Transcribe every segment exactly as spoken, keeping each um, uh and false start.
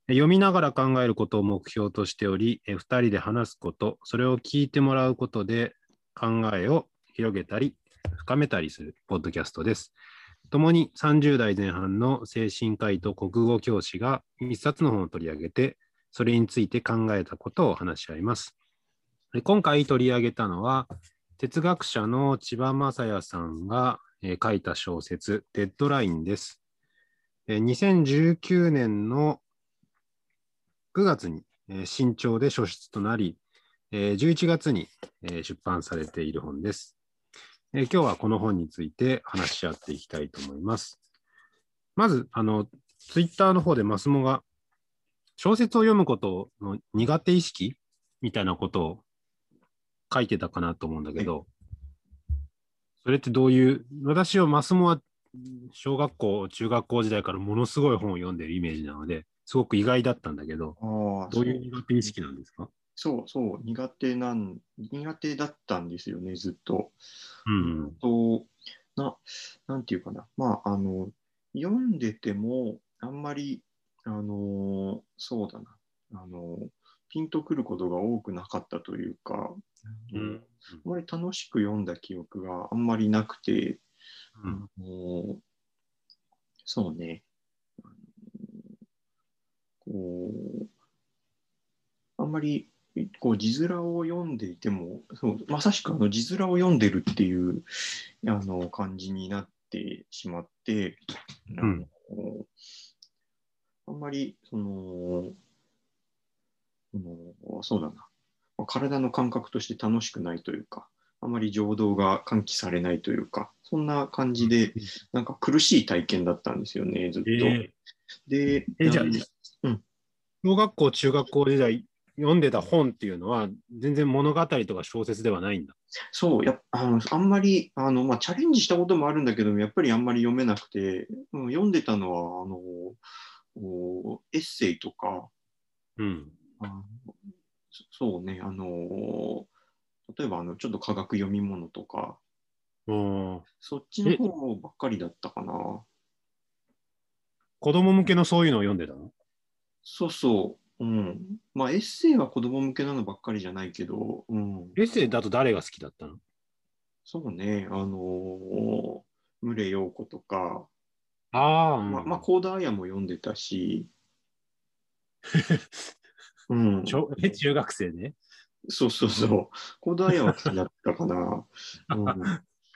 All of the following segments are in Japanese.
読みながら考えることを目標としており、ふたりで話すこと、それを聞いてもらうことで考えを広げたり、深めたりするポッドキャストです。共にさんじゅう代前半の精神科医と国語教師が一冊の本を取り上げて、それについて考えたことを話し合います。今回取り上げたのは、哲学者の千葉雅也さんが書いた小説、デッドラインです。にせんじゅうきゅうねんのくがつに新潮で初出となり、じゅういちがつに出版されている本です。今日はこの本について話し合っていきたいと思います。まず、あの、ツイッターの方でマスモが小説を読むことの苦手意識みたいなことを書いてたかなと思うんだけど、それってどういう、私はマスモは小学校、中学校時代からものすごい本を読んでるイメージなので、すごく意外だったんだけど、 あどういう苦手意識なんですか？ そうそう、苦手なん、苦手だったんですよね、ずっと。 うん、 と、な、なんていうかな。まあ、あの、読んでても、あんまり、あの、そうだな。あの、ピンとくることが多くなかったというか、あの、 うん、 あまり楽しく読んだ記憶があんまりなくて、あうん、 の、そうね。こう、あんまりこう字面を読んでいても、そうまさしくあの字面を読んでるっていうあの感じになってしまって、あのうん。 あんまりその、そのそうだな、体の感覚として楽しくないというか、あまり情動が喚起されないというか、そんな感じで、なんか苦しい体験だったんですよね、ずっと。 えで、 ー、え、じゃあ、 あのうん、 小学校、中学校時代読んでた本っていうのは、全然物語とか小説ではないんだ。 そう、やっあの、あんまり、あの、まあ、チャレンジしたこともあるんだけども、やっぱりあんまり読めなくて、うん、読んでたのは、あの、おエッセイとか、 うん。 あのそそうね、あの、例えば、あの、ちょっと科学読み物とか、 おそっちのえ、 方ばっかりだったかな。 子供向けのそういうのを読んでたの？ そうそう、うん。まあ、エッセイは子供向けなのばっかりじゃないけど、うん。 エッセイだと誰が好きだったの？ そうね、あの、牟礼陽子とか、 ああ、うまあ、まあ、 ん。 幸田文も読んでたし、うん。 小え、中学生で？ そうそうそう。コーダイヤは好きだったかな。うん。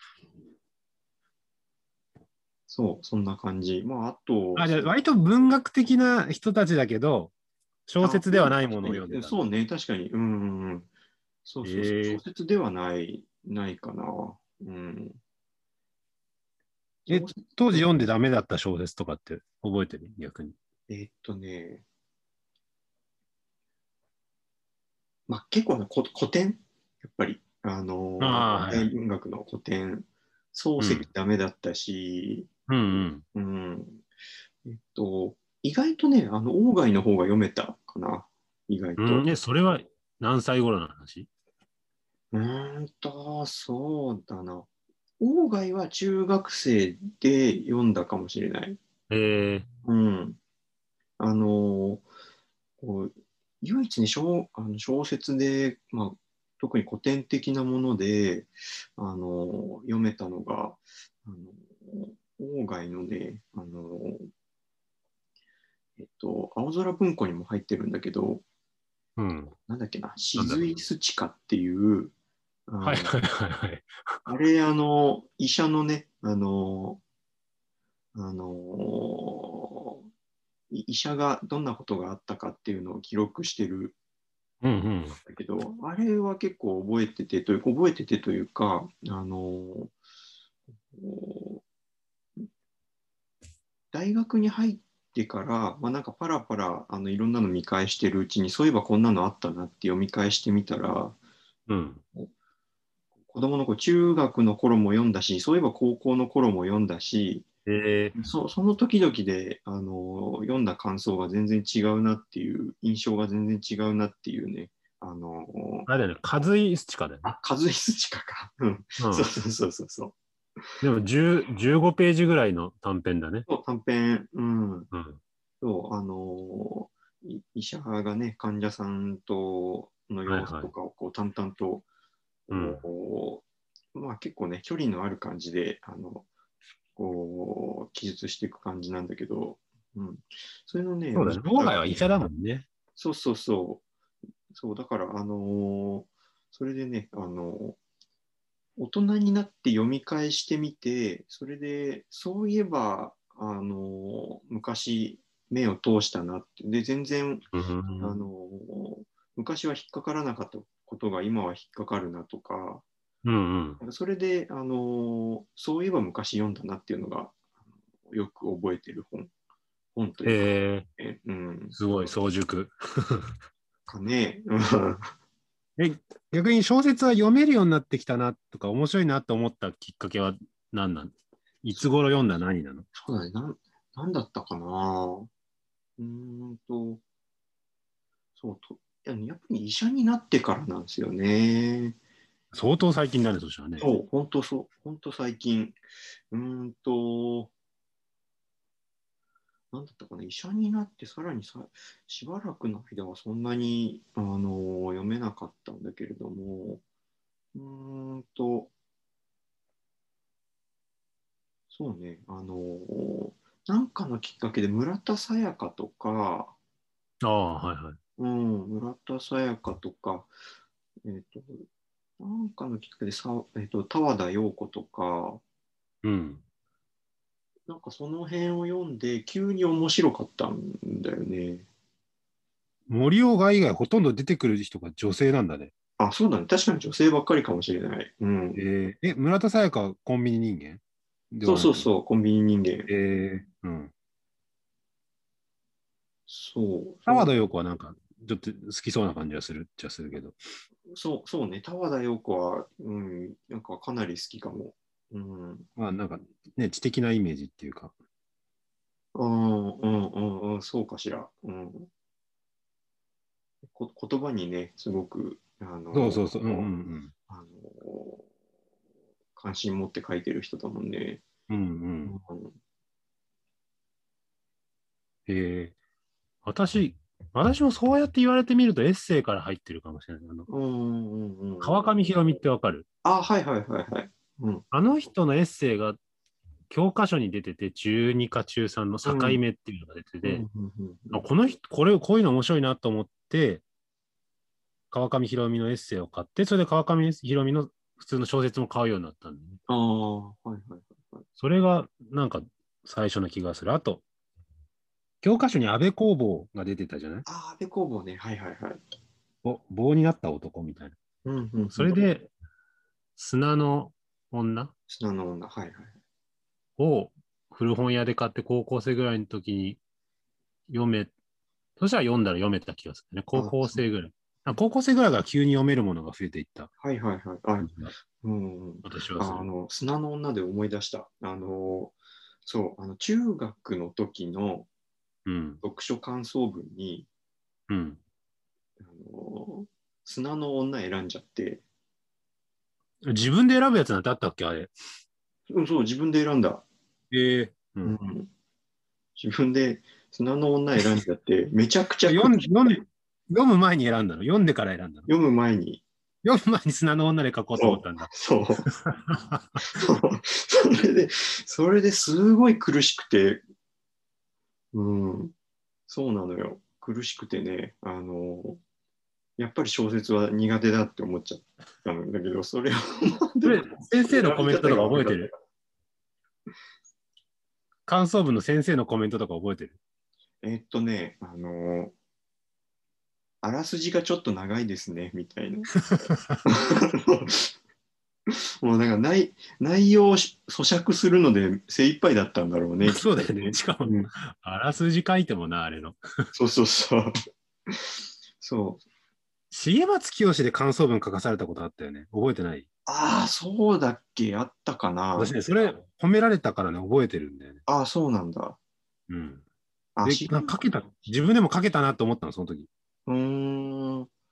そう、そんな感じ。まあ、あと、 あ、じゃあ、 そう、 割と文学的な人たちだけど、小あ、 説ではうん、 ないものを確かに、 読んでたんだ。 そうね、確かに。うん、うんうん。そうそうそう。小え説ではない、ないかな。うん。 ええ、 小説、 当うん、 時読んでダメだった小説とかって覚えてる？逆に。 えーっとね、まあ、結構なこ古典やっぱり、あのああ、はいー、 はい。 現文学の古典、漱石うん。 ダメだったし、 うんうん。 うん。えっと、意外とね、あの、外の方が読めたかな。意外と。 うん、え、それは何歳頃の話？ うーんと、そうだな。鴎外は中学生で読んだかもしれない。 ええ、 うん。あの、こう唯一に小、あの小説で、まあ、特に古典的なもので、あの、読めたのが、あの、鴎外のね、あの、えっと、青空文庫にも入ってるんだけど、 うん。 なんだっけな、 なんだろう。 静井スチカっていう、あの、 はいはいはいはい。 あれ、あの、医者のね、あの、あの、い医者がどんなことがあったかっていうのを記録してるうんうん。 んだけど、あれは結構覚えててというか、覚えててというか、あの、大学に入ってから、まあ、なんかパラパラあのいろんなの見返してるうちに、そういえばこんなのあったなって読み返してみたら、 うん。 子供の頃、中学の頃も読んだし、そういえば高校の頃も読んだし、 ええ、 そ、その時々で、あの、読んだ感想が全然違うなっていう、印象が全然違うなっていうね、あの、 あれだよね。カズイスチカだよね。 あ、和井筋かか。うん。 うん。 そうそうそうそうそう。 でもじゅう、じゅうごページぐらいの短編だね。 そう短編、うん。 うん。 そう、あの、 い医者がね、患者さんとの様子とかをこう淡々と、 うん。 こうまあ、結構ね、距離のある感じで、あの、こう、記述していく感じなんだけど、うん。それのね、 そうだね。 面白さが、 外は医者だもんね。 そうそうそう、そう、だから、あのーそれでね、あの大人になって読み返してみて、それで、そういえば、あの昔目を通したなって、で、全然、 うあん。 の昔は引っかからなかったことが今は引っかかるなとか、 うんうん。 それで、あのそういえば昔読んだなっていうのが、よく覚えてる本、本というか、 へえ、 えうん、 すごい、早熟。 かね、 え、逆に小説は読めるようになってきたなとか、面白いなと思ったきっかけは何なの？いつ頃読んだ何なの？ そうだね、なん、なんだったかな。うーんと、そうと、いややっぱり医者になってからなんですよね。 相当最近だね、そしたらね。 そう、本当そう、本当最近。うーんと、なんだったかな、医者になってさらにさ、しばらくの間はそんなに、あの読めなかったんだけれども、うーんと、そうね、あのなんかのきっかけで村田沙耶香とか、 ああ、はいはい。 うん、村田沙耶香とか、えっと、なんかのきっかけでさ、えっと、田和田陽子とか、 うん。 なんかその辺を読んで急に面白かったんだよね。 森鴎以外ほとんど出てくる人が女性なんだね。 あ、そうだね。確かに女性ばっかりかもしれない。うえん。 ー、え、村田沙耶香はコンビニ人間でそうはなく。 そうそう、コンビニ人間。 えー、うん。 そう、その、 沢田陽子はなんか、ちょっと好きそうな感じはするっちゃするけど。 そう、そうね。田和田陽子は、うん、なんかかなり好きかも。うん。うん、 まあなんか、ね、知的なイメージっていうか。 うん、うん、うん、そうかしら。うん。こ、言葉にね、すごく、あの、 そうそうそう。うんうんあの、関心持って書いてる人だもんね。 うん。うんううん。 ん。 えー、私、私もそうやって言われてみるとエッセイから入ってるかもしれない。あの、 うん、うん、うん。うん、 川上弘美ってわかる？ あ、はいはいはいはい。うん。 あの人のエッセイが教科書に出てて、じゅうにか中さんの境うん。 目っていうのが出てて、 うん。うん。うん。 あこの人、これ、こういうの面白いなと思って、川上弘美のエッセイを買って、それで川上弘美の普通の小説も買うようになったんで、ね、 ああ、はいはいはいはい。 それがなんか最初の気がする。あと、教科書に安倍公房が出てたじゃない？ ああ、安部公房ね。はいはいはい。 ぼ棒になった男みたいな。 うん。うん。うん。 それで、砂の女砂の女。はいはい。 を古本屋で買って高校生ぐらいの時に読め、そしたら読んだら読めた気がするね。高あ、そう。 校生ぐらい。あ高校生ぐらいから急に読めるものが増えていったはいはいはい。あ、 感じがうん。うん、 私はする。 あの、砂の女で思い出した。あの、そう、あの、中学の時のうん。 読書感想文に、 うん。 あの、砂の女選んじゃって、 自分で選ぶやつなんてあったっけあれ？ うん、そう、自分で選んだ。 ええうん。 うん。自分で砂の女選んじゃって、めちゃくちゃ苦読ん、 しくて、 読ん、読む前に選んだの？読んでから選んだの？ 読む前に、 読む前に砂の女で書こうと思っそう、 たんだ。 そう、そう、それで、それですごい苦しくて、うん、そうなのよ。苦しくてね、あの、やっぱり小説は苦手だって思っちゃったんだけど、それを、でも、 それ、先生の選び方コメントとかが悪かった。 覚えてる？感想文の先生のコメントとか覚えてる？ えっとね、あの、あらすじがちょっと長いですね、みたいな。もうなんか内、内容を咀嚼するので精一杯だったんだろうね、きっと。 そうだよね。しかも、 うん、 あらすじ書いてもな、あれの。 そうそうそう。そう。 重松清で感想文書かされたことあったよね。覚えてない？ ああ、そうだっけ、あったかな。 私ね、それ褒められたからね、覚えてるんだよね。 ああ、そうなんだ。 うん。 あ、 で、 し、 なんか書けた、自分でも書けたなと思ったの、その時。 うーん、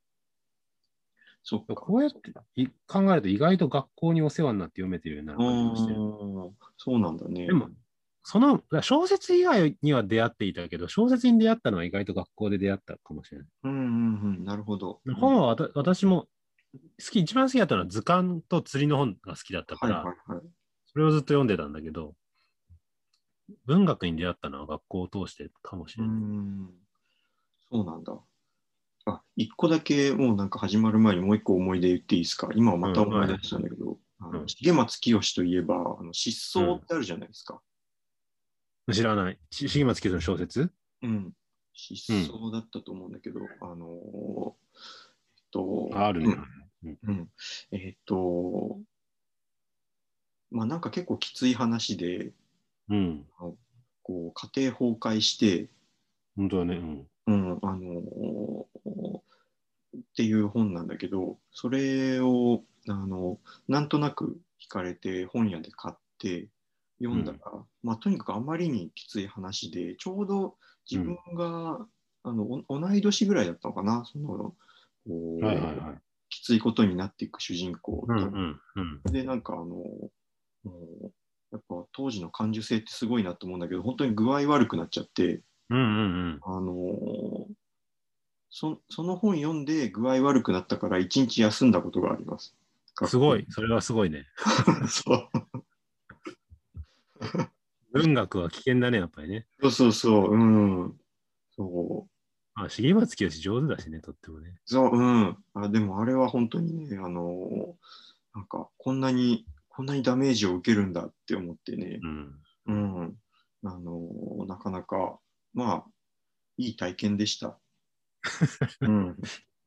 そっか。 こうやってい考えると意外と学校にお世話になって読めてるようになうる感じもしてる。 ーん、そうなんだね。 でも、 その小説以外には出会っていたけど、小説に出会ったのは意外と学校で出会ったかもしれない。 うんうんうん、なるほど。 本はわた私も好き、一番好きだったのは図鑑と釣りの本が好きだったかはいら、 はいはい。 それをずっと読んでたんだけど、文学に出会ったのは学校を通してかもしうれない。 ん、そうなんだ。あ、一個だけもうなんか始まる前にもう一個思い出言っていいですか？今はまたうん、はいはい。 思い出したんだけど、あのうん、 重松清といえば、あの失踪っうん。 てあるじゃないですか。 知らない。し重松清の小説。 うん。 うん。 失踪だったと思うんだけど、あのーえっと、 あ、あるね。うん。 うん。えっと、まあなんか結構きつい話で、 うん。 あのこう家庭崩壊して、 本当だね。うん。 うん、あのーっていう本なんだけど、それをあのなんとなく惹かれて本屋で買って読んだら、 うん。 まあ、とにかくあまりにきつい話で、ちょうど自分うん。 があのお同い年ぐらいだったのかな、そのはいこうはいはい。 きついことになっていく主人公と。 うんうんうん。 で、なんかあの、もうやっぱ当時の感受性ってすごいなと思うんだけど、本当に具合悪くなっちゃって、 うんうんあのそその本読んで具合悪くなったから一日休んだことがあります。学校。 すごい。それはすごいね。 そう。 文学は危険だね、やっぱりね。 そうそうそう。うん。そう。 あ、重松清上手だしね、とってもね。 そう、うん。あ、でもあれは本当にね、あのなんかこんなに、こんなにダメージを受けるんだって思ってね。 うん。 うん。あのなかなか、まあ、いい体験でした。うん。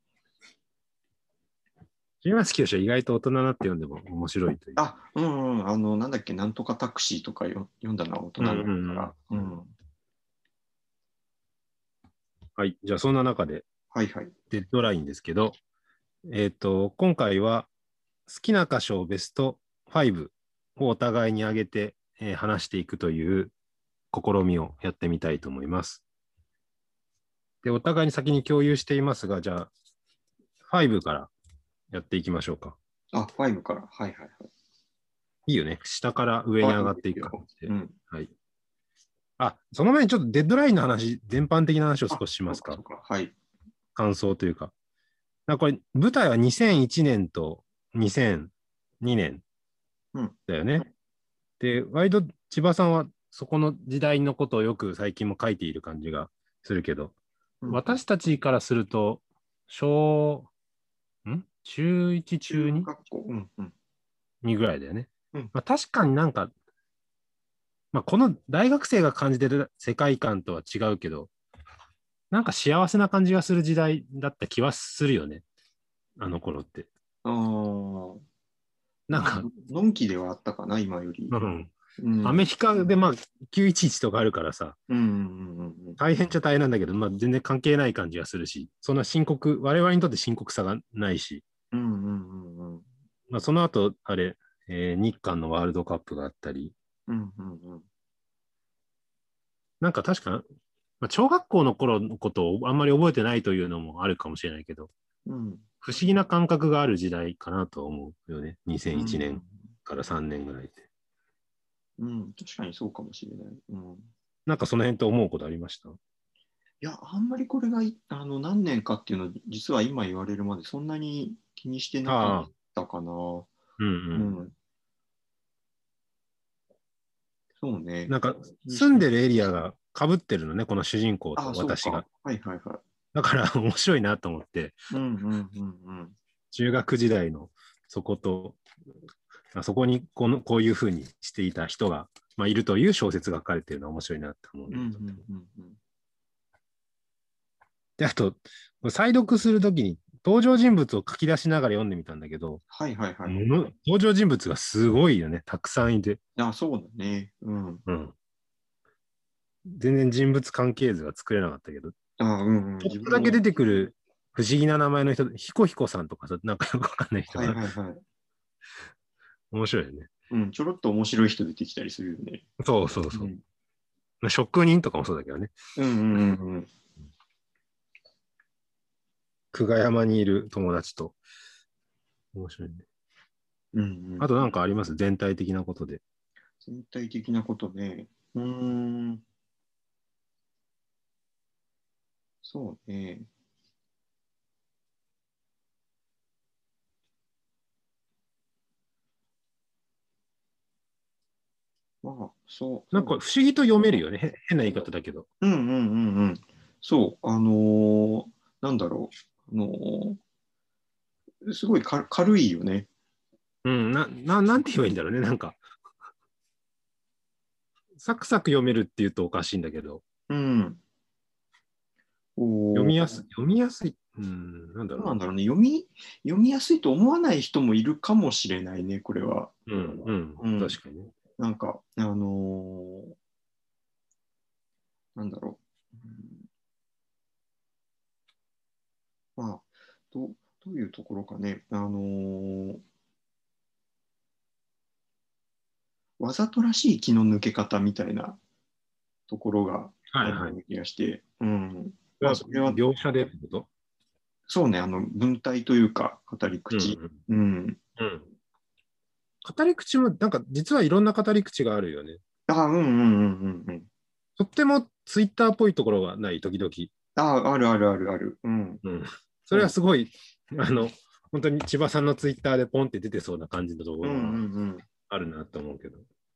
重松清は意外と大人になって読んでも面白いという。 あ、うんうん。あの、なんだっけ、なんとかタクシーとかよ読んだのは大人うんになっうんうん。 てから。うん。 はい。じゃあ、そんな中で、 はいはい。 デッドラインですけど、えっと、今回は好きな箇所をベストごをお互いに上げて、えー話していくという試みをやってみたいと思います。で、お互いに先に共有していますが、じゃあ、ごからやっていきましょうか。 あ、ごから。はいはいはい。 いいよね。下から上にあ、い上がっていいですよ。 く感じで。 うん。 はい。あ、その前にちょっとデッドラインの話、全般的な話をあ、 少ししますか。 そうかそうか。はい。 感想というか。なんかこれ、舞台はにせんいちねんとにせんにねんうん。 だよね。で、割と千葉さんはそこの時代のことをよく最近も書いている感じがするけど、 うん。 私たちからすると、小、ん中いち、中中に? 学校。うんうん。 にぐらいだよね。 うん。 まあ、確かになんか、まあ、この大学生が感じてる世界観とは違うけど、なんか幸せな感じがする時代だった気はするよね。あの頃って。 ああ、まあ、 なんか、 のんきではあったかな、今より。 うん、 うん。 アメリカでまあきゅういちいちとかあるからさ、 うんうんうんうん。 大変っちゃ大変なんだけど、まあ、全然関係ない感じがするし、そんな深刻、我々にとって深刻さがないし、 うんうんうんうん。 まあ、その後、あれ、えー日韓のワールドカップがあったり、 うんうんうん。 なんか確か、まあ、小学校の頃のことをあんまり覚えてないというのもあるかもしれないけど、 うん。 不思議な感覚がある時代かなと思うよね。2001 うん。 年からさんねんぐらいで。 うん、確かにそうかもしれない。うん。 なんかその辺と思うことありました？ いや、あんまりこれがいあの何年かっていうのは、実は今言われるまでそんなに気にしてなかっああ、 たかな。 うんうん。 うん。そうね。 なんか気にしてな住んでるエリアが被ってるのね、この主人公ああ、 とそうか。 私が。 はいはいはい。 だから面白いなと思って、 うんうんうんうん。 中学時代のそこと、あそこにこのこういうふうにしていた人が、まあ、いるという小説が書かれているのは面白いなと思うんうんうんだけど。 うんうん。 で、あと、再読するときに登場人物を書き出しながら読んでみたんだけど、 はいはいはい。 もの登場人物がすごいよね。たくさんいて。 あ、そうだね。うん。 うん。全然人物関係図が作れなかったけど、 あ、うんうん。 ちょっ自分も。 とだけ出てくる不思議な名前の人、ヒコヒコさんとかさ、なんかよくわかんない人はいがはいはい。 面白いよね。 うん、ちょろっと面白い人出てきたりするよね。 そうそうそう。 うん。 まあ職人とかもそうだけどね。 うんうんうんうん。 久我山にいる友達と。面白いね。 うんうん。 あとなんかあります全体的なことで。 全体的なことね。 うーん。そうね。まあ、そう、 なんかそう。 不思議と読めるよね。へ変な言い方だけど。 うんうんうんうん。そう、あのーなんだろう。あのーすごいか軽いよね。 うん、な、な、なんて言えばいいんだろうね。なんか、サクサク読めるって言うとおかしいんだけど、 うん。こう、 読みやすい、読みやすい。うん、なんだろうな。 どうなんだろうね。読み、読みやすいと思わない人もいるかもしれないね、これは。 うん、うん、 うん。 確かにね。 なんか、あのーなんだろう。うん、まあ、どう、どういうところかね。あのーわざとらしい気の抜け方みたいなところがはいはい。 あるような気がして、うん。まあ、 これはそれは、 描写でってこと？ そうね、あの、文体というか、語りうん、 口。うん。 うん。うん。語り口も、なんか実はいろんな語り口があるよね。 あ、うんうんうんうんうん。 とってもツイッターっぽいところがない、時々。 あ、あるあるあるある。うん。 うん。それはそう。 すごい、あの、本当に千葉さんのツイッターでポンって出てそうな感じのとこうんうろがんうん。 あるなと思うけど。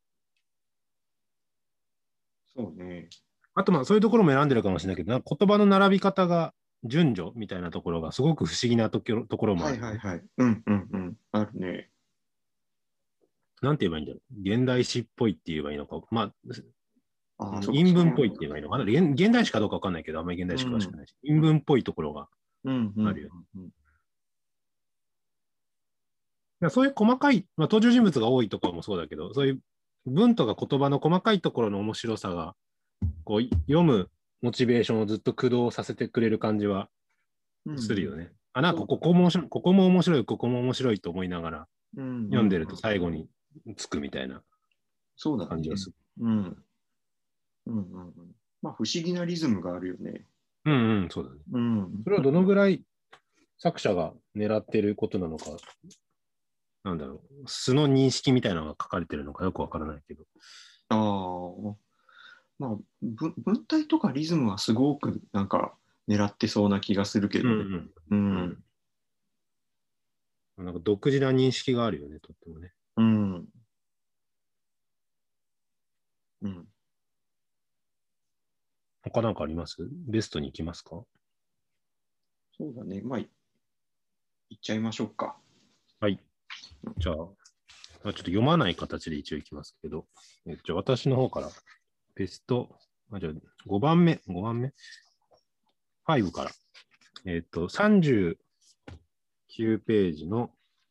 そうね。 あと、まあ、そういうところも選んでるかもしれないけど、なんか言葉の並び方が順序みたいなところがすごく不思議なところところもはあるよね。 いはいはい。うんうんうん。あるね。 なんて言えばいいんだろう。現代詩っぽいって言えばいいのか。まあ、 ああ、そっか韻そっか。 文っぽいって言えばいいのかな。現現代詩かどうかわかんないけど、あんまり現代詩詳しくうん。 ないし。韻文っぽいところがうんうんうんあるよね。 うん。 だからそういう細かい、まあ、登場人物が多いところもそうだけど、そういう文とか言葉の細かいところの面白さが、こう読むモチベーションをずっと駆動させてくれる感じはうんうん。 するよね。あ、なんかそう。 ここも面白い、ここも面白い、ここも面白いと思いながらうんうん。 読んでると最後につくみたいなそうだね。 感じがする。 うん。うんうんうん。まあ、不思議なリズムがあるよね。 うんうん、そうだね。 うん。 それはどのぐらい作者が狙っていることなのか、なんだろう、素の認識みたいなのが書かれてるのかよくわからないけど。 ああ。まあ、文文体とかリズムはすごくなんか狙ってそうな気がするけどね。 うんううん。 ん。 うん。なんか独自な認識があるよね、とってもね。 うん。うん。 他なんかあります？ベストに行きますか？ そうだね。まあ、いいっちゃいましょうか。 はい。じゃあ、まあ、ちょっと読まない形で一応行きますけど、えじゃあ私の方からベスト、あじゃあごばんめ、ごばんめ ?ご から、えっ、と、さんじゅうきゅうページの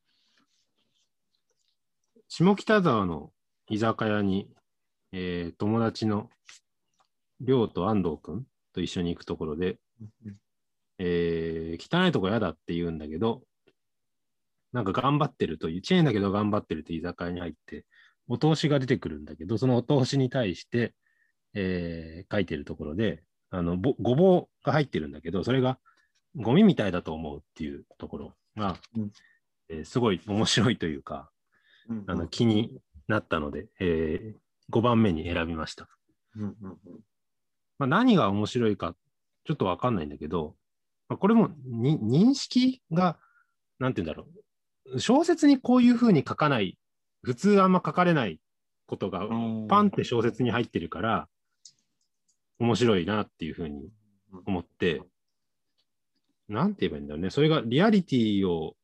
下北沢の居酒屋に、えー友達の亮と安藤くんと一緒に行くところで、えー汚いとこ嫌だって言うんだけど、なんか頑張ってるという、チェーンだけど頑張ってるという居酒屋に入って、お通しが出てくるんだけど、そのお通しに対して、えー書いてるところで、あのぼごぼうが入ってるんだけど、それがゴミみたいだと思うっていうところが、 うんえーすごい面白いというか、 うんうんあの気になったので、えーごばんめに選びました。 うんうんまあ、何が面白いか、ちょっとわかんないんだけど、まあ、これもに認識が、なんて言うんだろう。小説にこういうふうに書かない、普通あんま書かれないことがパンって小説に入ってるから、面白いなっていうふうに思って、なんて言えばいいんだろうね。それがリアリティを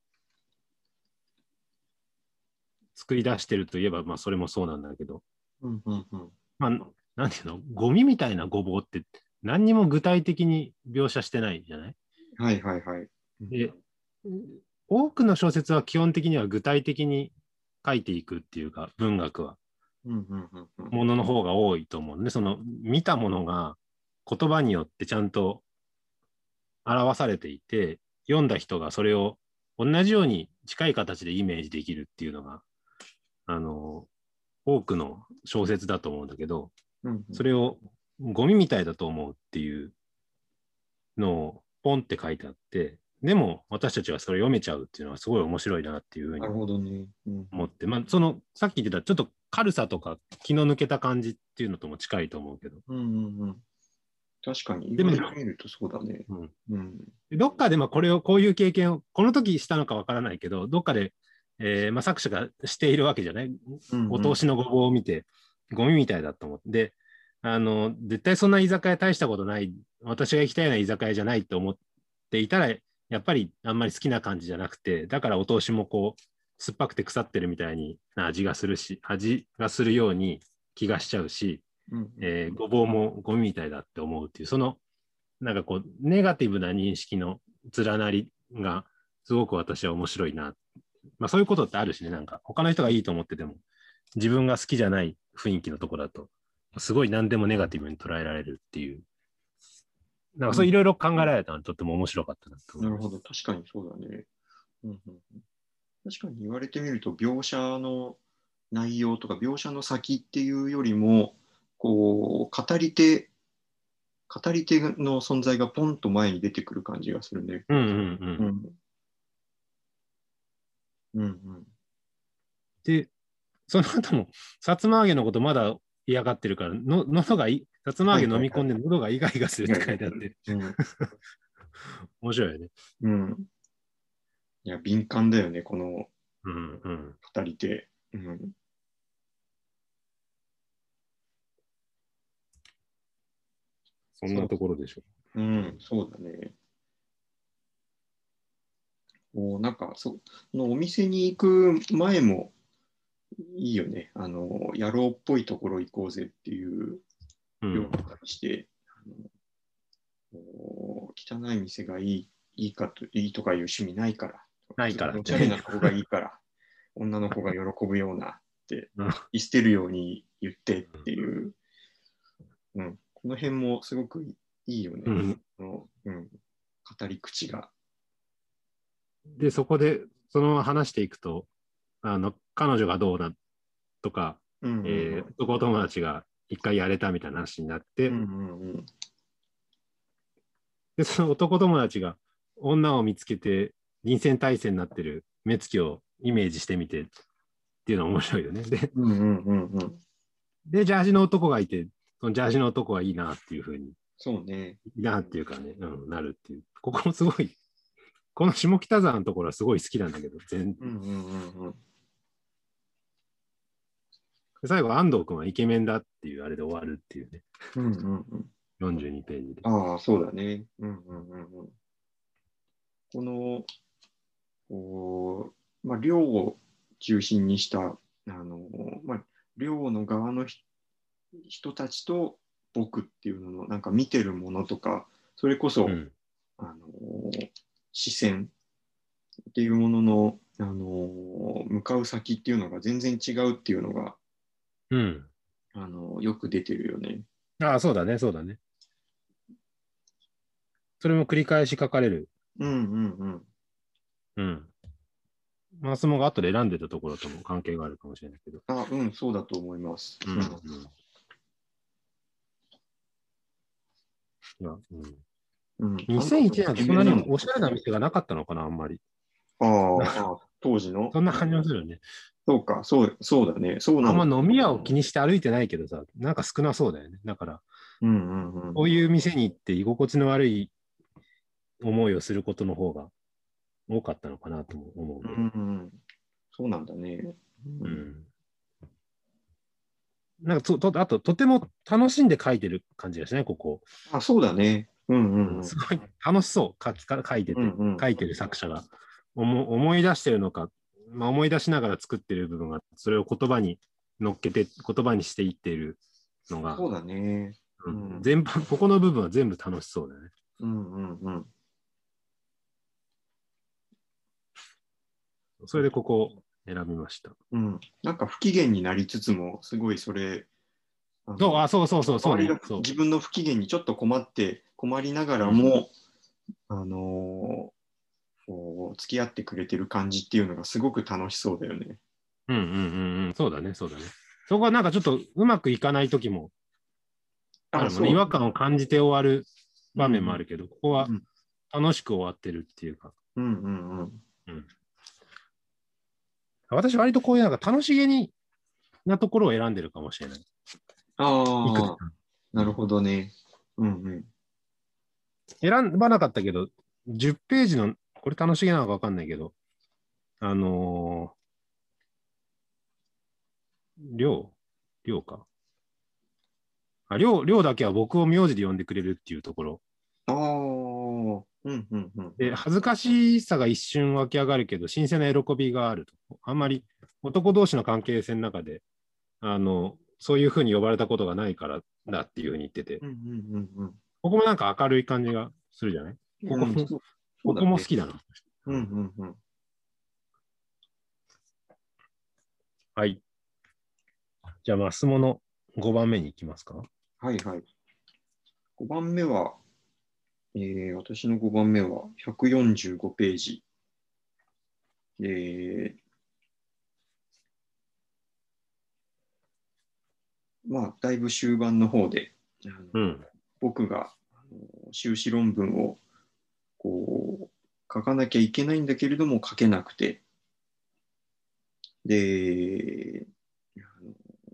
作り出してるといえば、まあそれもそうなんだけど、 うんうんうんまあ、なんていうの、ゴミみたいなごぼうって何にも具体的に描写してないじゃない？ はいはいはい。 で、多くの小説は基本的には具体的に書いていくっていうか、文学は、 うんうんうんうんものの方が多いと思うので、その見たものが言葉によってちゃんと表されていて、読んだ人がそれを同じように近い形でイメージできるっていうのが、あの、多くの小説だと思うんだけど、 うんうんそれをゴミみたいだと思うっていうのをポンって書いてあって、でも私たちはそれ読めちゃうっていうのはすごい面白いなっていうふうになるほどね。うん思って、まあ、そのさっき言ってたちょっと軽さとか気の抜けた感じっていうのとも近いと思うけど。 うんうんうん。確かに、 でも言われてみるとそうだね。 うんうん。 どっかでまあこれをこういう経験をこの時したのかわからないけど、どっかで、えーまあ、作者がしているわけじゃない。 うんうんお通しのごぼうを見てゴミみたいだと思って、であの絶対そんな居酒屋大したことない、私が行きたいような居酒屋じゃないと思っていたら、やっぱりあんまり好きな感じじゃなくて、だからお通しもこう酸っぱくて腐ってるみたいにな味がするし、味がするように気がしちゃうし、 うんうんえーごぼうもゴミみたいだって思うっていう、そのなんかこう、ネガティブな認識の連なりが、すごく私は面白いな。まあそういうことってあるしね、なんか他の人がいいと思ってても、自分が好きじゃない雰囲気のところだと、すごい何でもネガティブに捉えられるっていう、なんかそういろいろ考えられたのはとっても面白かったなと思います。 なるほど、確かにそうだね。うんうんうん、確かに言われてみると、描写の内容とか、描写の先っていうよりも、こう、語り手、語り手の存在がポンと前に出てくる感じがするね。 うんうんう。 うんん。うんうん。 で、その後も、さつま揚げのことまだ嫌がってるから、の喉がい、さつま揚げ飲み込んで喉がイガイガするって書いてあって、 うん。 面白いよね。 うん。いや、敏感だよね、このうんうん。 語り手。うん。 そんなところでしょう。うん、そうだね。こうなんか、そう、のお店に行く前もいいよね。あの、野郎っぽいところ行こうぜっていうう。うようん。 な感じで、あのこう汚い店がいい、いいかと、いいとかいう趣味ないから、 ないからっておしゃれなとこがいいから、女の子が喜ぶようなってうん。 言い捨てるように言ってっていう、うん、この辺もすごくいいよね。 うん、 このうん、語り口が。 で、そこで、そのまま話していくと、あの、彼女がどうだとか、 うんうんえー男友達が一回やれたみたいな話になって、 うんうんうんで、その男友達が女を見つけて、臨戦態勢になってる目つきをイメージしてみてっていうのは面白いよね。で、 うんうんうんうんで、ジャージの男がいて、そのジャージの男はいいなっていうふうに、 そうね。 いいなっていうかね、うん、なるっていう。ここもすごい、この下北沢のところはすごい好きなんだけど、全うんうんうんうん最後、安藤君はイケメンだっていうあれで終わるっていうね、 うんうんうん。 よんじゅうにページで。 ああ、そうだね。うんうんうんうん。この、こう、まあ、寮を中心にした、あの、まあ、寮の側のひ人たちと僕っていうのの、なんか見てるものとか、それこそ、 うん。 あの、視線っていうものの、あの、向かう先っていうのが全然違うっていうのが、 うん。 あの、よく出てるよね。 ああ、そうだね、そうだね。それも繰り返し書かれる。 うんうんうん。 うん。マスモが後で選んでたところとも関係があるかもしれないけど。 あ、うん、そうだと思います。 うん。うん。いや、うんうん。 にせんいちねんなんてそんなにおしゃれなあ店がなかったのかな、あんまり。 あああ、当時の。 そんな感じもするよね。 そうか、そう、そうだね。そうなあんまの。 飲み屋を気にして歩いてないけどさ、なんか少なそうだよね。だから、 うんうんうん。 こういう店に行って居心地の悪い思いをすることの方が多かったのかなとも思ううね。 んうん。そうなんだね。ううんん。なんかと、と、あと、とても楽しんで書いてる感じがしない、ここ。 あ、そうだね。うんううん、 んうん。 すごい楽しそう、書きか書いてて、 うんうん。 書いてる作者が。思思い出してるのか、まあ、思い出しながら作ってる部分が、それを言葉に乗っけて、言葉にしていっているのが、 そうだね。 ううんん、全般、ここの部分は全部楽しそうだよね。 うんうんうん。 それでここを選びました。 うん。なんか不機嫌になりつつも、すごいそれ、あそう、 の、 あ、そうそうそう、そう周りが。 ねそう。 自分の不機嫌にちょっと困って、困りながらも、あのーこう付き合ってくれてる感じっていうのがすごく楽しそうだよね。 うんうんうんうん、そうだね、そうだね。そこはなんかちょっとうまくいかない時もああ、 るもんね。違そう。 和感を感じて終わる場面もあうんるけど、ここはうん楽しく終わってるっていうか。 うんうんうん。 うん、私割とこういうなんか楽しげになところを選んでるかもしれない。 ああ、 いくつか。 なるほどね。うんうん。 選ばなかったけど、じゅっページの、これ楽しげなのか分かんないけど、あのー、量量か。あ、量、量だけは僕を名字で呼んでくれるっていうところ。 ああ、うんうんうんうで、 ん。 恥ずかしさが一瞬湧き上がるけど、新鮮な喜びがあると。あんまり男同士の関係性の中で、あの、そういうふうに呼ばれたことがないからだっていうふうに言ってて、 うんうんうんここもなんか明るい感じがするじゃないこうん。うん、 こも、 そう、そうここだね。 も好きだな。 うんうんうん。 はい。じゃあ、マスモのごばんめに行きますか。 はいはい。ごばんめは、えー私のごばんめはひゃくよんじゅうごページ。えーまあ、だいぶ終盤の方で、あのうん。 僕があの修士論文をこう書かなきゃいけないんだけれども書けなくて、で、あの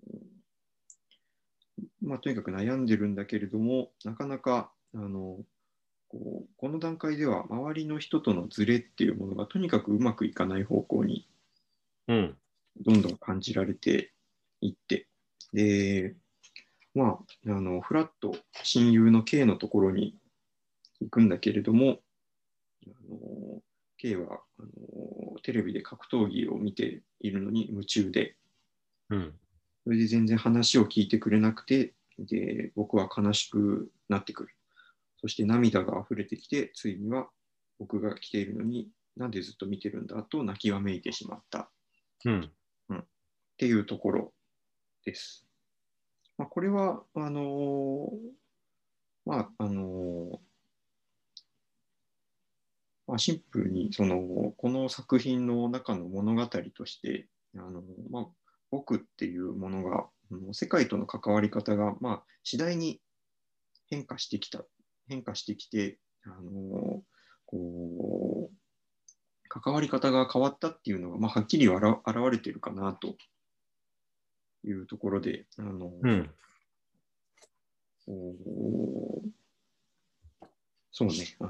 まあ、とにかく悩んでるんだけれども、なかなかあのこうこの段階では周りの人とのズレっていうものがとにかくうまくいかない方向にうん。 どんどん感じられていって、で、まあ、あのフラッと親友の K のところに行くんだけれども、あの K はあのテレビで格闘技を見ているのに夢中で、 うん。 それで全然話を聞いてくれなくて、で僕は悲しくなってくる。そして涙が溢れてきて、ついには僕が来ているのになんでずっと見てるんだと泣きわめいてしまった、 うん。 うん、っていうところです。まあ、これはあのーまああのーまあ、シンプルにそのこの作品の中の物語としてあの、まあ、僕っていうものが世界との関わり方が、まあ、次第に変化してきた変化してきてあのこう関わり方が変わったっていうのが、まあ、はっきり現れているかなというところであの、 うん。 そうねあの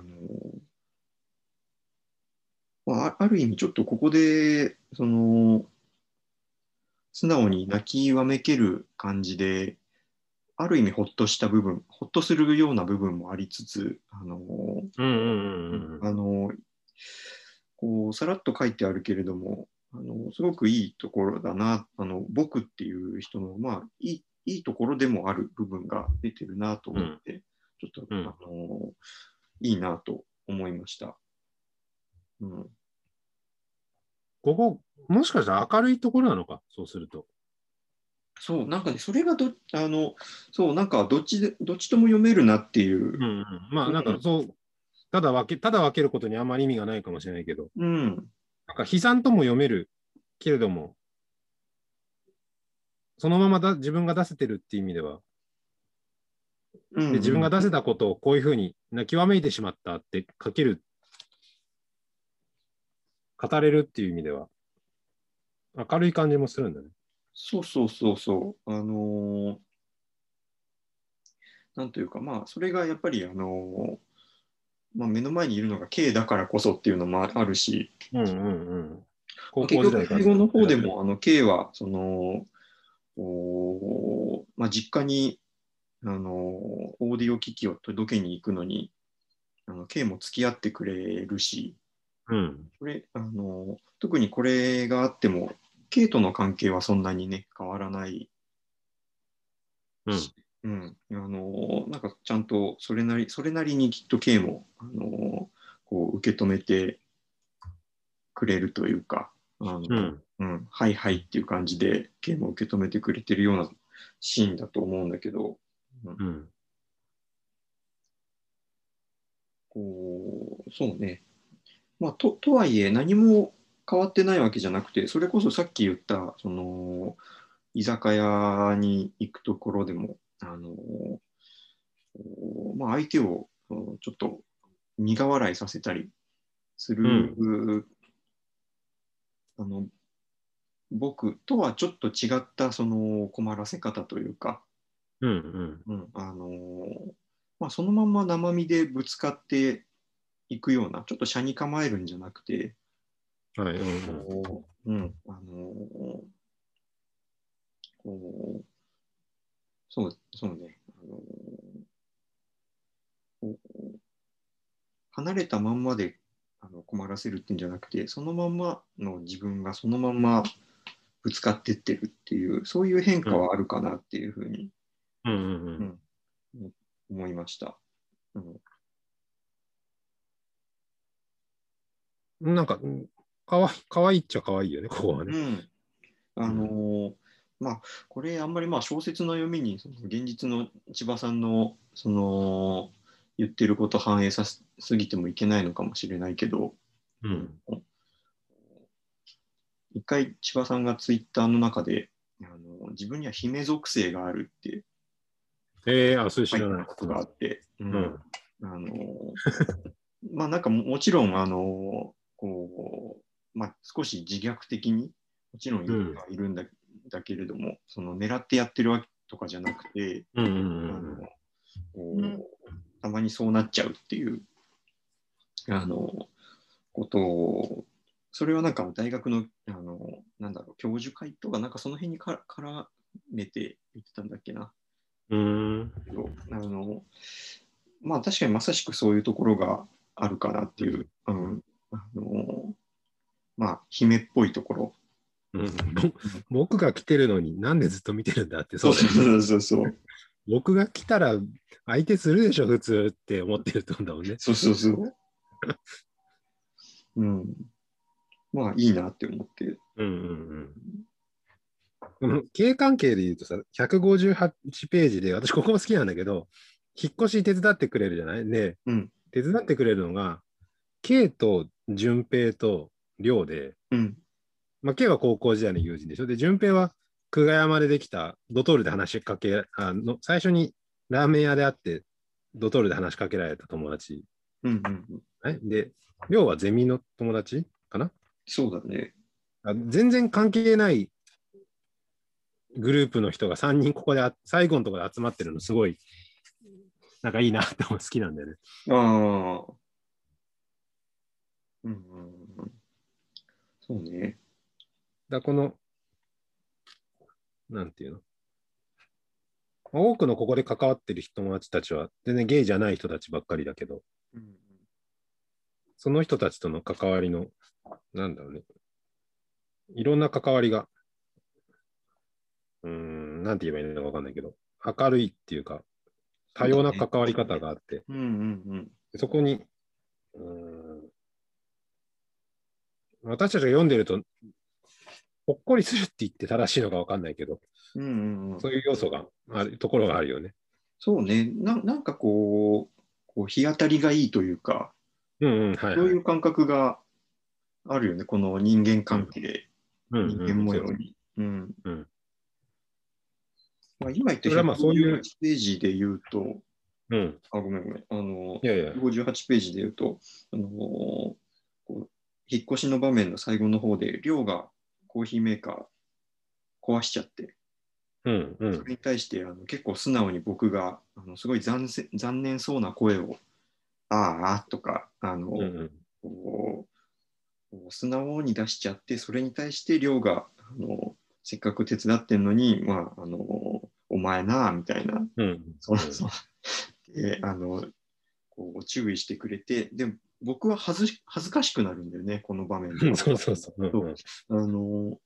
まあ、ある意味ちょっとここで、その、素直に泣きわめける感じで、ある意味ほっとした部分、ほっとするような部分もありつつ、あの、 うん。うん。うん。 あの、こう、さらっと書いてあるけれども、あの、すごくいいところだな、あの、僕っていう人の、まあ、いい、いいところでもある部分が出てるなとうん。 思って、ちょっと、 うん。 あの、いいなと思いました。うん。 ここ、もしかしたら明るいところなのか、そうすると。 そう、なんかね、それがど、あの、そう、なんかどっちで、どっちとも読めるなっていう。 うん。うん。まあ、なんかうん。 そう、ただ分け、ただ分けることにあんまり意味がないかもしれないけど、 うん。 なんか悲惨とも読めるけれども、そのままだ自分が出せてるっていう意味では、 うん。 で、自分がうん。 出せたことをこういうふうに泣きわめいてしまったって書ける、語れるっていう意味では、明るい感じもするんだね。 そうそうそうそう。あのーなんというか、まあ、それがやっぱり、あのーまあ、目の前にいるのが K だからこそっていうのもあるし、 うんうんうん。 まあ、 高結校時代からの局最後のあれだけど。 方でも、あの、K は、その、おまあ、実家に、あのーオーディオ機器を届けに行くのに、あの K も付き合ってくれるし、 うん。 これ、あの、特にこれがあっても、K との関係はそんなにね、変わらないうん。 し、うん、あの、なんかちゃんとそれなり、それなりにきっと K も、あの、こう受け止めてくれるというか、あの、 うん。 うん、はいはいっていう感じで K も受け止めてくれてるようなシーンだと思うんだけど、うん、 うん。 こう、そうね。まあ、と、とはいえ何も変わってないわけじゃなくて、それこそさっき言った、その、居酒屋に行くところでも、あの、まあ、相手をちょっと苦笑いさせたりする、 うん。 あの、 僕とはちょっと違ったその困らせ方というか、 うんうん、あのまあ、そのまま生身でぶつかっていくような、ちょっと車に構えるんじゃなくて、 うん。はい。うんうん。 こう、うん、あのこう、そう、そうね、あのこう離れたまんまであの困らせるっていうんじゃなくて、そのまんまの自分がそのまんまぶつかってってるっていう、そういう変化はあるかなっていうふうに、 うんうんうん、思いました。うん、 うん。なんか、かわいかわいいっちゃかわいいよね、ここはね。 うん、あのーまあ、これあんまりまあ小説の読みにその現実の千葉さんのその言ってること反映させすぎてもいけないのかもしれないけど、あのうん。 一回千葉さんがツイッターの中であの自分には姫属性があるってええー、あ、それ知らない。 書いてたことがあって、ううん。うん、 ん。 あのまあなんかももちろんあのこう、まあ、少し自虐的にもちろん言ってうん。 はいるんだ、だけれども、その狙ってやってるわけとかじゃなくて、 うんうあのんこうたまにそうなっちゃうっていうあのことを、それはなんか大学の、あのなんだろう、教授会とかなんかその辺にか絡めて言ってたんだっけな。 うん。うん。 けどあのまあ確かにまさしくそういうところがあるかなっていう、うん、あのまあ姫っぽいところ。 うん、 うん、 僕が来てるのになんでずっと見てるんだってそうそうだよね。 そうそうそう。 僕が来たら相手するでしょ、普通って思ってると思うんだもんね。 そうそうそう。うん。まあいいなって思って。 うんうんうん。この経営関係で言うとさ、ひゃくごじゅうはちページで、私ここも好きなんだけど、引っ越し手伝ってくれるじゃないで、 うん。 手伝ってくれるのが、K と順平と亮で、 うん。 まあ、K は高校時代の友人でしょ。で、順平は久我山でできたドトールで話しかけ、あの最初にラーメン屋で会って、ドトールで話しかけられた友達。 うん。うん。 はいで、亮はゼミの友達かなそうだね。 あ全然関係ないグループの人がさんにんここで最後のところで集まってるのすごいなんかいいなって好きなんだよね。 ああ。うん。うん。そうね。 だこの、なんていうの多くのここで関わってる友達たちは全然ゲイじゃない人たちばっかりだけど、 うん。 その人たちとの関わりの、なんだろうね、いろんな関わりが、うーん、なんて言えばいいのかわかんないけど、明るいっていうか、多様なそうだね。 関わり方があって、 うん。うん。うん。 そこに、うーん私たちが読んでると、ほっこりするって言って正しいのかわかんないけど、 うん。うん。うん。 そういう要素があるところがあるよね。 そうね。な、なんかこう、こう日当たりがいいというか、 うんうん、はいはい。 そういう感覚があるよね。この人間うん、 関係、 うん人間うん、そうそう。 模様に。うん。 うん。 まあ、今言ったそれはまあそういう、 ひゃくごじゅうはちページで言うと、 うん。 あ、ごめんごめん。あの、 いやいや、 ごじゅうはちページで言うと、あのこう引っ越しの場面の最後の方で、亮がコーヒーメーカー壊しちゃって、 うんうん。 それに対してあの結構素直に僕があのすごい残せ残念そうな声を、ああとか、あの、 うんうん。 こう素直に出しちゃって、それに対して亮があのせっかく手伝ってんのに、まあ、あのお前なみたいな、 うん。 そのうん。 そのであのこう注意してくれて、でも僕は恥ず恥ずかしくなるんだよね、この場面で。 そうそうそう。うんそううん。 あの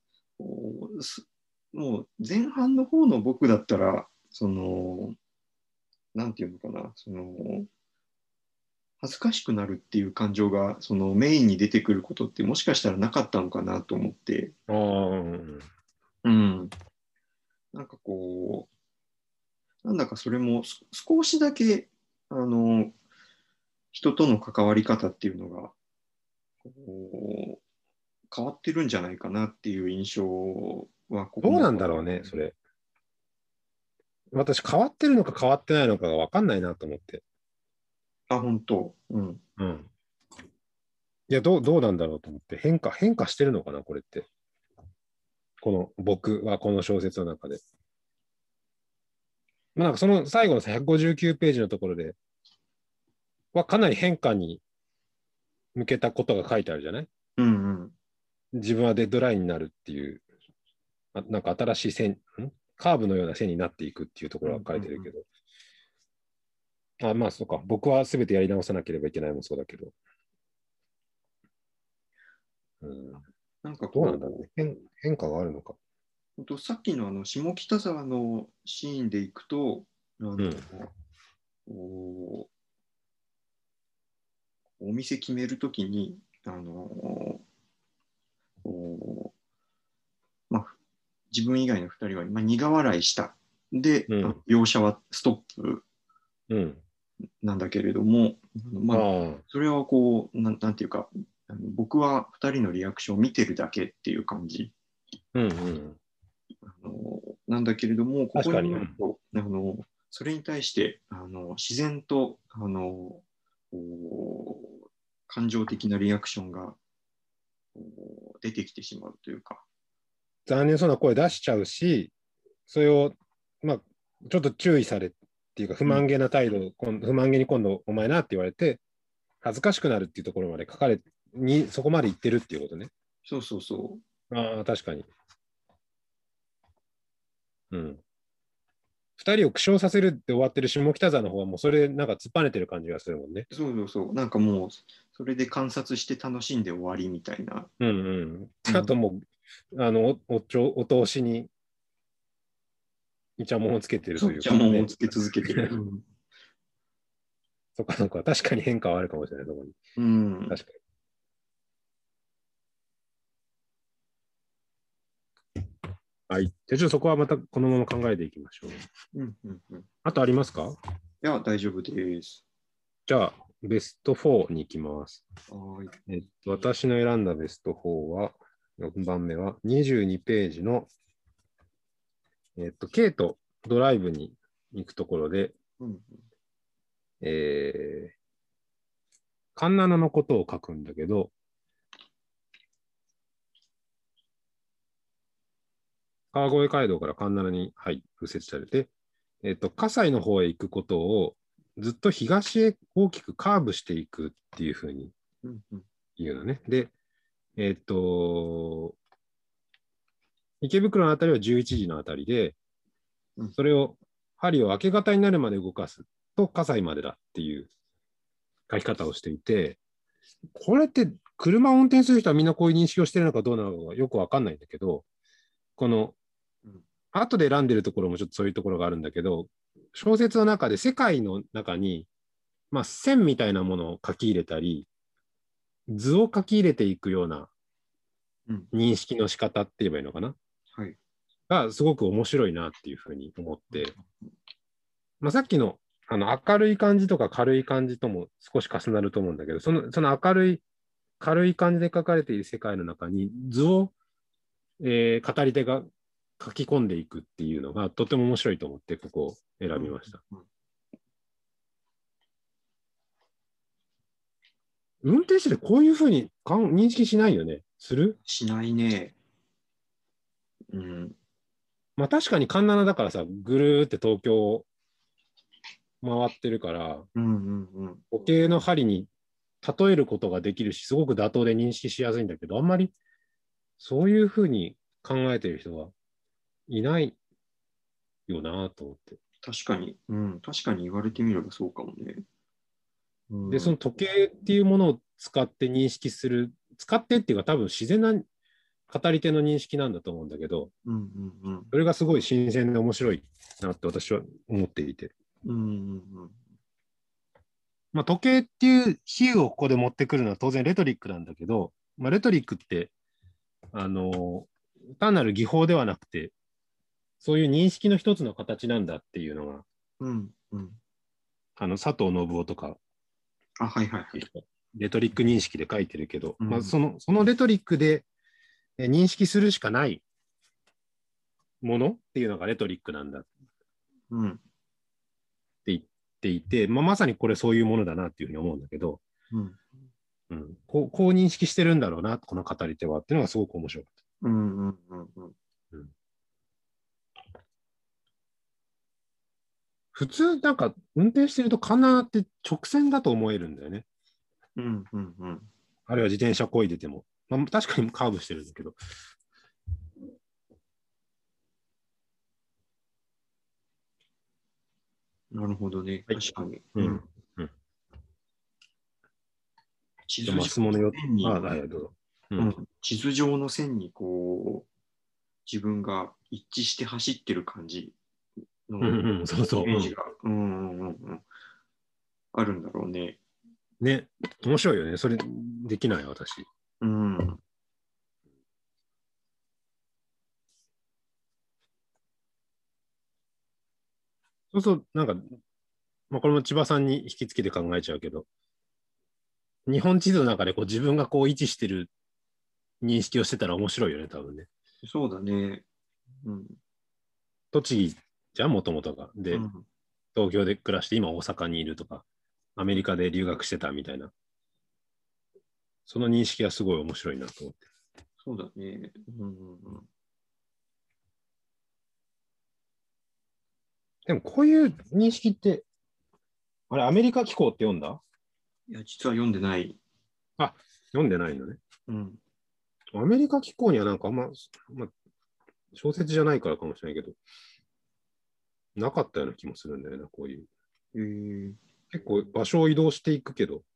もう前半の方の僕だったら、その、なんていうのかな、その、恥ずかしくなるっていう感情がそのメインに出てくることってもしかしたらなかったのかなと思って、 ああ、うん。 うん、なんかこう、なんだかそれも少しだけ、あの、人との関わり方っていうのが、こう変わってるんじゃないかなっていう印象はここまで。 どうなんだろうね、それ。私、変わってるのか変わってないのかが分かんないなと思って。 あ、本当。うん。 うん。いや、どう、どうなんだろうと思って。変化、変化してるのかな、これって。 この僕はこの小説の中で。まあ、なんかその最後のひゃくごじゅうきゅうページのところではかなり変化に向けたことが書いてあるじゃない？ うんうん。 自分はデッドラインになるっていう、あなんか新しい線、んカーブのような線になっていくっていうところが書いてるけど、うんうんうん、あまあそうか、僕は全てやり直さなければいけないもそうだけど、うん、 なんかどうこなんだろうね。変、変化があるのか。 う、とさっきのあの下北沢のシーンでいくと、あの、 うん、 お、お店決めるときに、あの、おまあ、自分以外のふたりは今苦笑いした。で、 うん、 あ描写はストップうん。 なんだけれども、まあ、 ああ、 それはこう、なん、なんていうか、あの僕はふたりのリアクションを見てるだけっていう感じ。 うん、うん。 あのなんだけれども、ここに確かに。うん、 なると、あのそれに対してあの自然とあの感情的なリアクションが出てきてしまうというか。 残念そうな声出しちゃうし、それを、まあ、ちょっと注意されっていうか、不うん、 満げな態度、今不満げに今度、お前なって言われて、恥ずかしくなるっていうところまで書かれに、そこまで言ってるっていうことね。 そうそうそああ、確かに。うん。二人を苦笑させるって終わってる下北沢の方はもうそれなんか突っぱねてる感じがするもんね。 う。そうそうそう。なんかもう、それで観察して楽しんで終わりみたいな。 うんうん。 うん、 あともう、あの、お、おちょ、お通しにイチャモンをつけてるというそっちはもうかね。 つけ続けてる。うん。 そっかそっか。確かに変化はあるかもしれない、そこに。 うん。 確かに。はい。じゃあちょっとそこはまたこのまま考えていきましょう。 うんうんうん。いあとありますか？ や、大丈夫です。 じゃあ、ベストフォーに行きます。 はい。 えっと、私の選んだベストフォーは、よんばんめはにじゅうにページの、えっと、K とドライブに行くところで、 うんえー、カンナナのことを書くんだけど、川越街道からカンナナに、はい、右折されて、えっと、葛西の方へ行くことをずっと東へ大きくカーブしていくっていうふうにうんうん。 言うのね。で、えっと、池袋のあたりはじゅういちじのあたりで、 うん、 それを針を明け方になるまで動かすと葛西までだっていう書き方をしていて、これって車を運転する人はみんなこういう認識をしているのかどうなのかよくわかんないんだけど、このうん後で選んでるところもちょっとそういうところがあるんだけど、小説の中で世界の中に、まあ、線みたいなものを書き入れたり、図を書き入れていくようなうん。 認識の仕方って言えばいいのかなはい。 がすごく面白いなっていうふうに思っうん、 て、まあ、さっきのあの明るい感じとか軽い感じとも少し重なると思うんだけど、そのその明るい、軽い感じで書かれている世界の中に図を、えー語り手が書き込んでいくっていうのがとても面白いと思って、ここを選うんびました。 うん。 運転手でこういうふうにかん認識しないよね。する？ しないね。うん。 まあ確かに環七だからさ、ぐるーって東京を回ってるから、 うんうんうん。 時計の針に例えることができるし、すごく妥当で認識しやすいんだけど、あんまりそういうふうに考えてる人はいないよなと思って。 確かに。うん。確かに言われてみればそうかもね。うで、そん。 の時計っていうものを使って認識する、使ってっていうか多分自然な語り手の認識なんだと思うんだけど、 うんうんうん。 それがすごい新鮮で面白いなって私は思っていて。 うんうんうん。 まあ、時計っていう比喩をここで持ってくるのは当然レトリックなんだけど、まあ、レトリックってあの単なる技法ではなくて、そういう認識の一つの形なんだっていうのが、 うんうん。 あの佐藤信夫とか、 あ、はいはいはい。 レトリック認識で書いてるけど、まあ、 うん。 そのそのレトリックで認識するしかないものっていうのがレトリックなんだってうん。 言っていて、まあ、まさにこれそういうものだなっていうふうに思うんだけど、 うん。 うん、こうこう認識してるんだろうな、この語り手はっていうのがすごく面白かった。 うんうんうんうん。 普通なんか運転してるとカンナナって直線だと思えるんだよね。 うんうんうん。 あるいは自転車漕いでても。まあ、確かにカーブしてるんだけど。 なるほどね。 はい確かに。 うん。 うん。 うん。じゃあ、 地図上マスモのよ、 の線に、 ああ、はい、どうぞ。ううん、 ん。 地図上の線にこう、自分が一致して走ってる感じのうんうん、そうそう。うん。 イメージが、うんうんうんうん、あるんだろうね。 ね、面白いよね。それできない、私。 うん。 そうそう、なんか、まあ、これも千葉さんに引き付けて考えちゃうけど、日本地図の中でこう自分がこう位置してる認識をしてたら面白いよね、多分ね。 そうだね。うん。 栃木じゃん、もともとが。で、 うん。 東京で暮らして今大阪にいるとか、アメリカで留学してたみたいな、その認識はすごい面白いなと思って。 そうだね。うんうんうん。 でもこういう認識って、あれ、アメリカ機構って読んだ？ いや、実は読んでない。 あ、読んでないのね。 うん。 アメリカ機構にはなんかあんま、まあ、小説じゃないからかもしれないけど、なかったような気もするんだよな、こういう。 えー、 結構場所を移動していくけど、